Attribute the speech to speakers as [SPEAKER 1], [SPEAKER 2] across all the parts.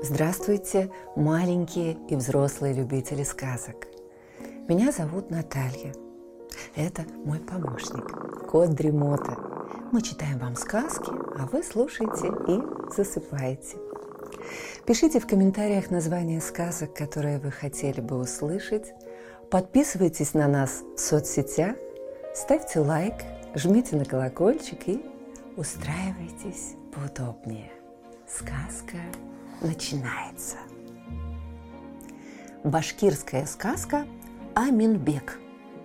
[SPEAKER 1] Здравствуйте, маленькие и взрослые любители сказок. Меня зовут Наталья. Это мой помощник, кот Дремота. Мы читаем вам сказки, а вы слушаете и засыпаете. Пишите в комментариях названия сказок, которые вы хотели бы услышать. Подписывайтесь на нас в соцсетях, ставьте лайк, жмите на колокольчик и устраивайтесь поудобнее. Сказка начинается. Башкирская сказка Аминбек.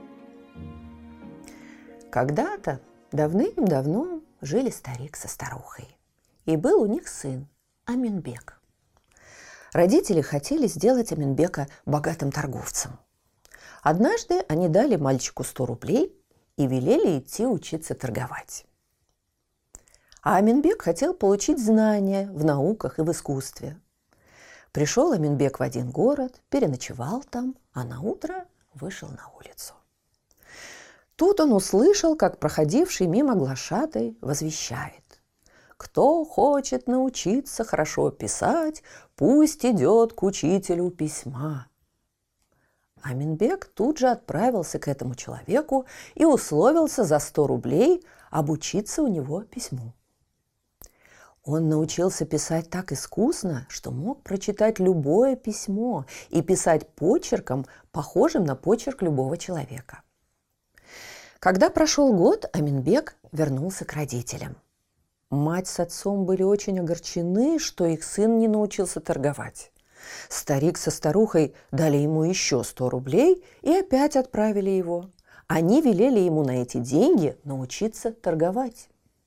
[SPEAKER 1] Когда-то, давным-давно, жили старик со старухой. И был у них сын Аминбек. Родители хотели сделать Аминбека богатым торговцем. Однажды они дали мальчику 100 рублей и велели идти учиться торговать. А Аминбек хотел получить знания в науках и в искусстве. Пришел Аминбек в один город, переночевал там, а наутро вышел на улицу. Тут он услышал, как проходивший мимо глашатай возвещает: «Кто хочет научиться хорошо писать, пусть идет к учителю письма». Аминбек тут же отправился к этому человеку и условился за 100 рублей обучиться у него письму. Он научился писать так искусно, что мог прочитать любое письмо и писать почерком, похожим на почерк любого человека. Когда прошел год, Аминбек вернулся к родителям. Мать с отцом были очень огорчены, что их сын не научился торговать. Старик со старухой дали ему еще 100 рублей и опять отправили его. Они велели ему на эти деньги научиться торговать.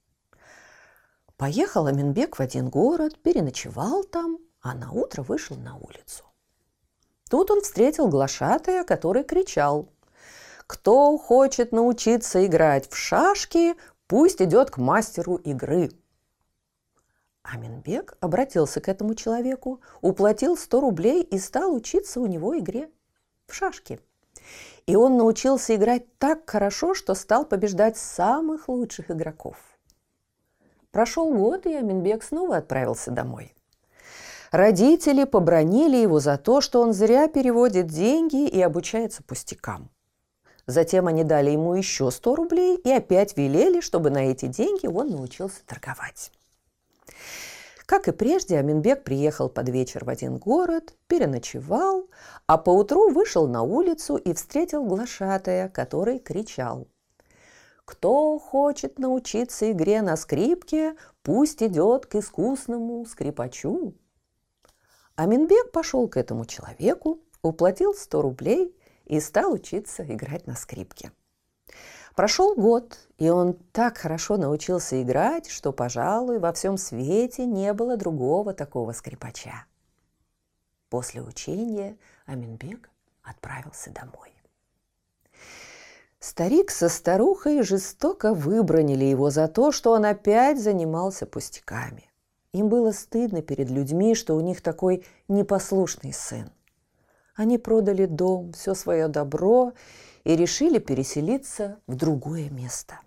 [SPEAKER 1] Поехал Аминбек в один город, переночевал там, а наутро вышел на улицу. Тут он встретил глашатая, который кричал: «Кто хочет научиться играть в шашки, пусть идет к мастеру игры». Аминбек обратился к этому человеку, уплатил 100 рублей и стал учиться у него игре в шашки. И он научился играть так хорошо, что стал побеждать самых лучших игроков. Прошел год, и Аминбек снова отправился домой. Родители побранили его за то, что он зря переводит деньги и обучается пустякам. Затем они дали ему еще 100 рублей и опять велели, чтобы на эти деньги он научился торговать. Как и прежде, Аминбек приехал под вечер в один город, переночевал, а поутру вышел на улицу и встретил глашатая, который кричал: «Кто хочет научиться игре на скрипке, пусть идет к искусному скрипачу». Аминбек пошел к этому человеку, уплатил 100 рублей и стал учиться играть на скрипке. Прошел год, и он так хорошо научился играть, что, пожалуй, во всем свете не было другого такого скрипача. После учения Аминбек отправился домой. Старик со старухой жестоко выбранили его за то, что он опять занимался пустяками. Им было стыдно перед людьми, что у них такой непослушный сын. Они продали дом, все свое добро и решили переселиться в другое место.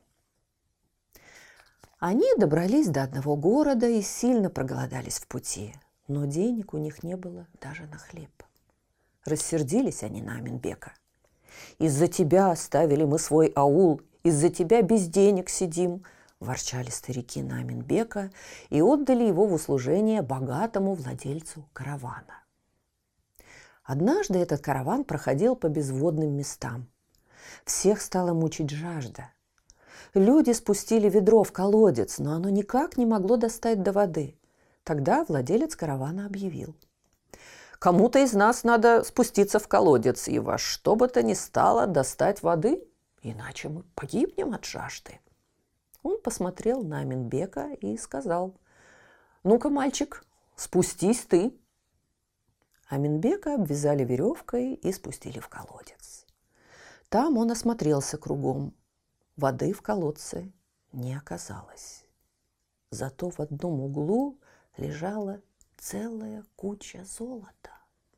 [SPEAKER 1] Они добрались до одного города и сильно проголодались в пути, но денег у них не было даже на хлеб. Рассердились они на Аминбека. «Из-за тебя оставили мы свой аул, из-за тебя без денег сидим», – ворчали старики на Аминбека и отдали его в услужение богатому владельцу каравана. Однажды этот караван проходил по безводным местам. Всех стала мучить жажда. Люди спустили ведро в колодец, но оно никак не могло достать до воды. Тогда владелец каравана объявил: «Кому-то из нас надо спуститься в колодец и во что бы то ни стало достать воды, иначе мы погибнем от жажды». Он посмотрел на Аминбека и сказал: «Ну-ка, мальчик, спустись ты». Аминбека обвязали веревкой и спустили в колодец. Там он осмотрелся кругом. Воды в колодце не оказалось. Зато в одном углу лежала целая куча золота.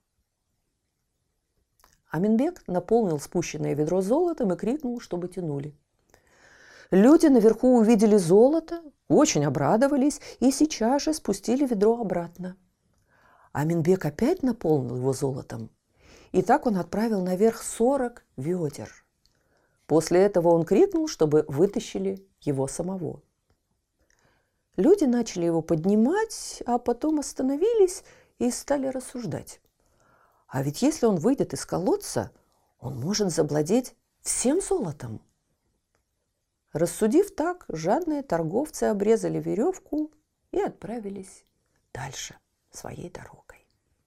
[SPEAKER 1] Аминбек наполнил спущенное ведро золотом и крикнул, чтобы тянули. Люди наверху увидели золото, очень обрадовались и сейчас же спустили ведро обратно. Аминбек опять наполнил его золотом. И так он отправил наверх 40 ведер. После этого он крикнул, чтобы вытащили его самого. Люди начали его поднимать, а потом остановились и стали рассуждать. А ведь если он выйдет из колодца, он может завладеть всем золотом. Рассудив так, жадные торговцы обрезали веревку и отправились дальше своей дорогой.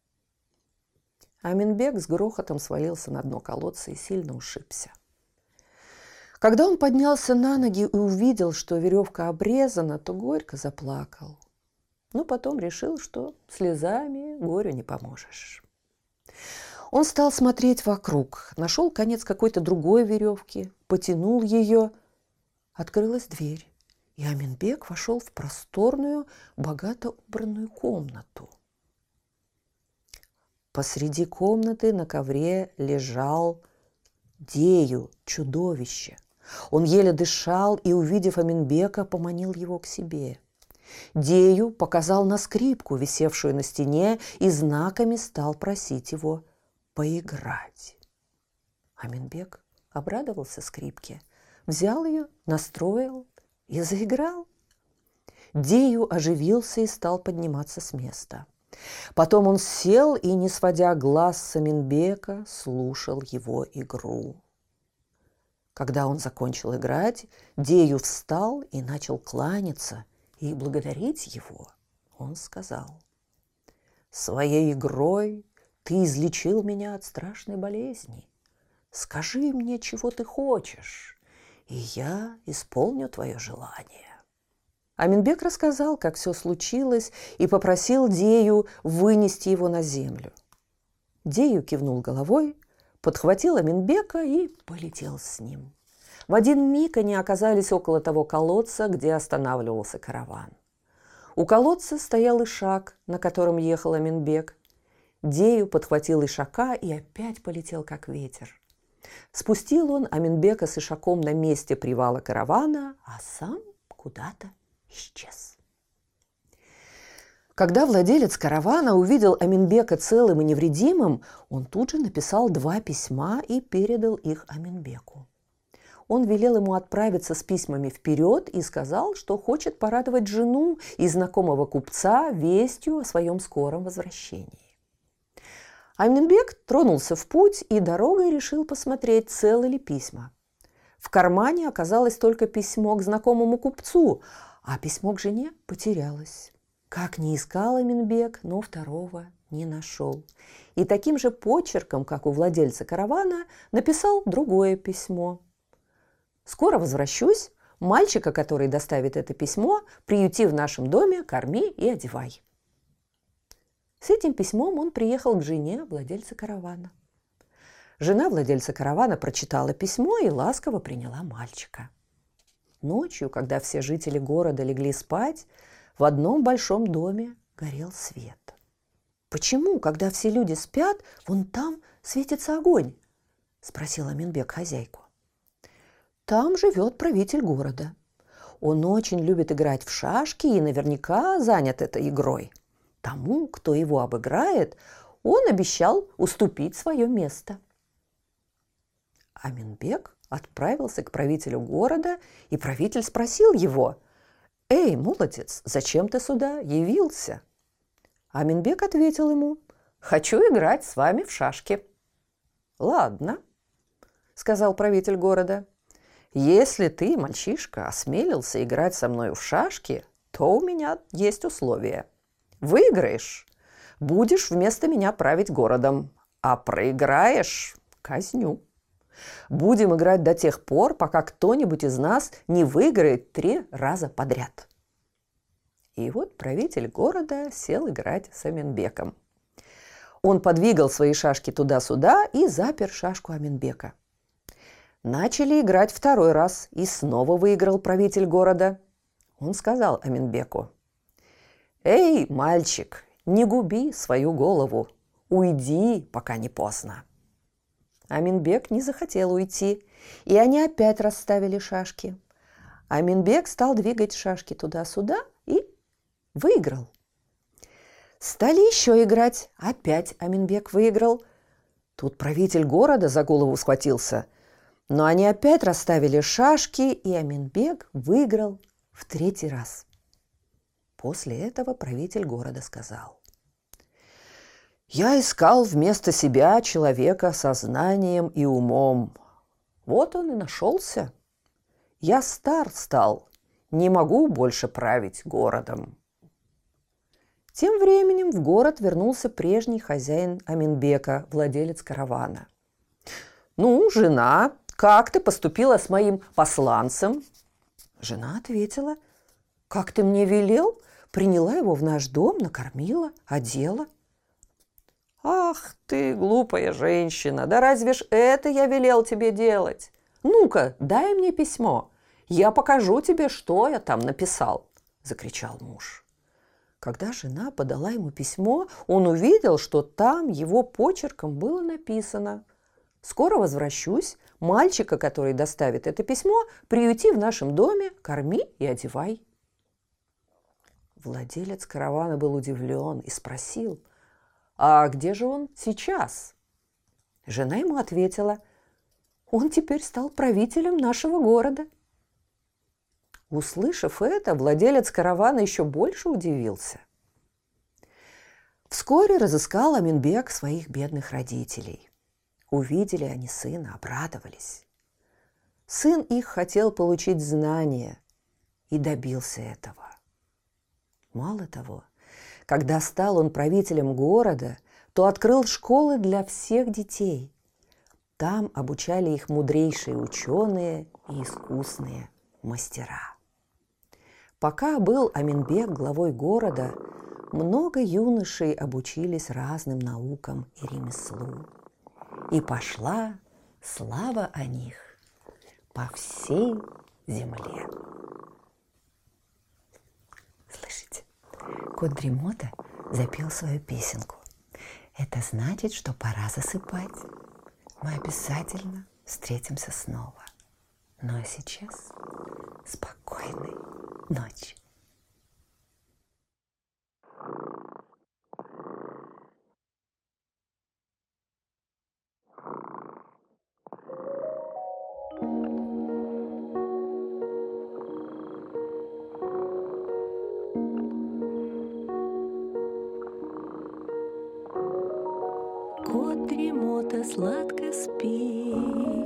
[SPEAKER 1] Аминбек с грохотом свалился на дно колодца и сильно ушибся. Когда он поднялся на ноги и увидел, что веревка обрезана, то горько заплакал. Но потом решил, что слезами горю не поможешь. Он стал смотреть вокруг, нашел конец какой-то другой веревки, потянул ее. Открылась дверь, и Аминбек вошел в просторную, богато убранную комнату. Посреди комнаты на ковре лежал Дею, чудовище. Он еле дышал и, увидев Аминбека, поманил его к себе. Дею показал на скрипку, висевшую на стене, и знаками стал просить его поиграть. Аминбек обрадовался скрипке, взял ее, настроил и заиграл. Дею оживился и стал подниматься с места. Потом он сел и, не сводя глаз с Аминбека, слушал его игру. Когда он закончил играть, Дею встал и начал кланяться и благодарить его. Он сказал: «Своей игрой ты излечил меня от страшной болезни. Скажи мне, чего ты хочешь, и я исполню твое желание». Аминбек рассказал, как все случилось, и попросил Дею вынести его на землю. Дею кивнул головой, подхватил Аминбека и полетел с ним. В один миг они оказались около того колодца, где останавливался караван. У колодца стоял ишак, на котором ехал Аминбек. Дею подхватил ишака и опять полетел, как ветер. Спустил он Аминбека с ишаком на месте привала каравана, а сам куда-то исчез. Когда владелец каравана увидел Аминбека целым и невредимым, он тут же написал 2 письма и передал их Аминбеку. Он велел ему отправиться с письмами вперед и сказал, что хочет порадовать жену и знакомого купца вестью о своем скором возвращении. Аминбек тронулся в путь и дорогой решил посмотреть, целы ли письма. В кармане оказалось только письмо к знакомому купцу, а письмо к жене потерялось. Как ни искал Аминбек, но второго не нашел. И таким же почерком, как у владельца каравана, написал другое письмо. «Скоро возвращусь. Мальчика, который доставит это письмо, приюти в нашем доме, корми и одевай». С этим письмом он приехал к жене владельца каравана. Жена владельца каравана прочитала письмо и ласково приняла мальчика. Ночью, когда все жители города легли спать, в одном большом доме горел свет. «Почему, когда все люди спят, вон там светится огонь?» – спросил Аминбек хозяйку. «Там живет правитель города. Он очень любит играть в шашки и наверняка занят этой игрой. Тому, кто его обыграет, он обещал уступить свое место». Аминбек отправился к правителю города, и правитель спросил его: «Эй, молодец, зачем ты сюда явился?» Аминбек ответил ему: «Хочу играть с вами в шашки». «Ладно», — сказал правитель города, «если ты, мальчишка, осмелился играть со мной в шашки, то у меня есть условия. Выиграешь — будешь вместо меня править городом, а проиграешь — казню. Будем играть до тех пор, пока кто-нибудь из нас не выиграет 3 раза подряд». И вот правитель города сел играть с Аминбеком. Он подвигал свои шашки туда-сюда и запер шашку Аминбека. Начали играть 2-й раз, и снова выиграл правитель города. Он сказал Аминбеку: «Эй, мальчик, не губи свою голову, уйди, пока не поздно». Аминбек не захотел уйти, и они опять расставили шашки. Аминбек стал двигать шашки туда-сюда и выиграл. Стали еще играть. Опять Аминбек выиграл. Тут правитель города за голову схватился. Но они опять расставили шашки, и Аминбек выиграл в 3-й раз. После этого правитель города сказал: «Я искал вместо себя человека со знанием и умом. Вот он и нашелся. Я стар стал, не могу больше править городом». Тем временем в город вернулся прежний хозяин Аминбека, владелец каравана. «Ну, жена, как ты поступила с моим посланцем?» Жена ответила: «Как ты мне велел, приняла его в наш дом, накормила, одела». «Ах ты, глупая женщина, да разве ж это я велел тебе делать? Ну-ка, дай мне письмо, я покажу тебе, что я там написал», – закричал муж. Когда жена подала ему письмо, он увидел, что там его почерком было написано: «Скоро возвращусь, мальчика, который доставит это письмо, приюти в нашем доме, корми и одевай». Владелец каравана был удивлен и спросил: «А где же он сейчас?» Жена ему ответила: «Он теперь стал правителем нашего города». Услышав это, владелец каравана еще больше удивился. Вскоре разыскал Аминбек своих бедных родителей. Увидели они сына, обрадовались. Сын их хотел получить знания и добился этого. Мало того, когда стал он правителем города, то открыл школы для всех детей. Там обучали их мудрейшие ученые и искусные мастера. Пока был Аминбек главой города, много юношей обучились разным наукам и ремеслу. И пошла слава о них по всей земле. Слышите, кот Дремота запел свою песенку. Это значит, что пора засыпать. Мы обязательно встретимся снова. Ну а сейчас спокойной ночи.
[SPEAKER 2] Кот Дремота сладко спит,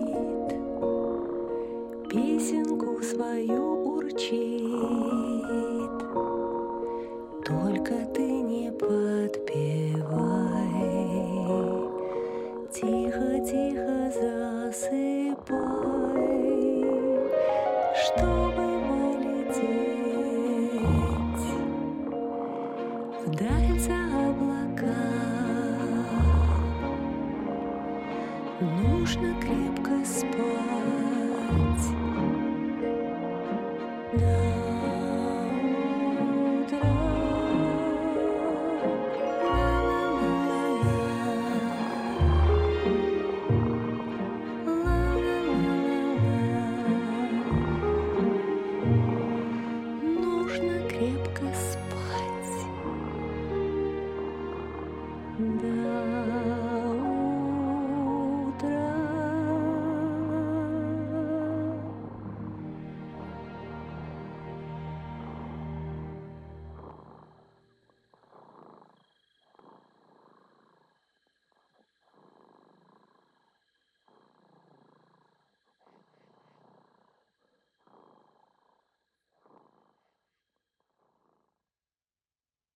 [SPEAKER 2] песенку свою урчит. Только ты не подпевай, тихо-тихо засыпай, чтобы полететь вдаль за облака. Нужно крепко спать,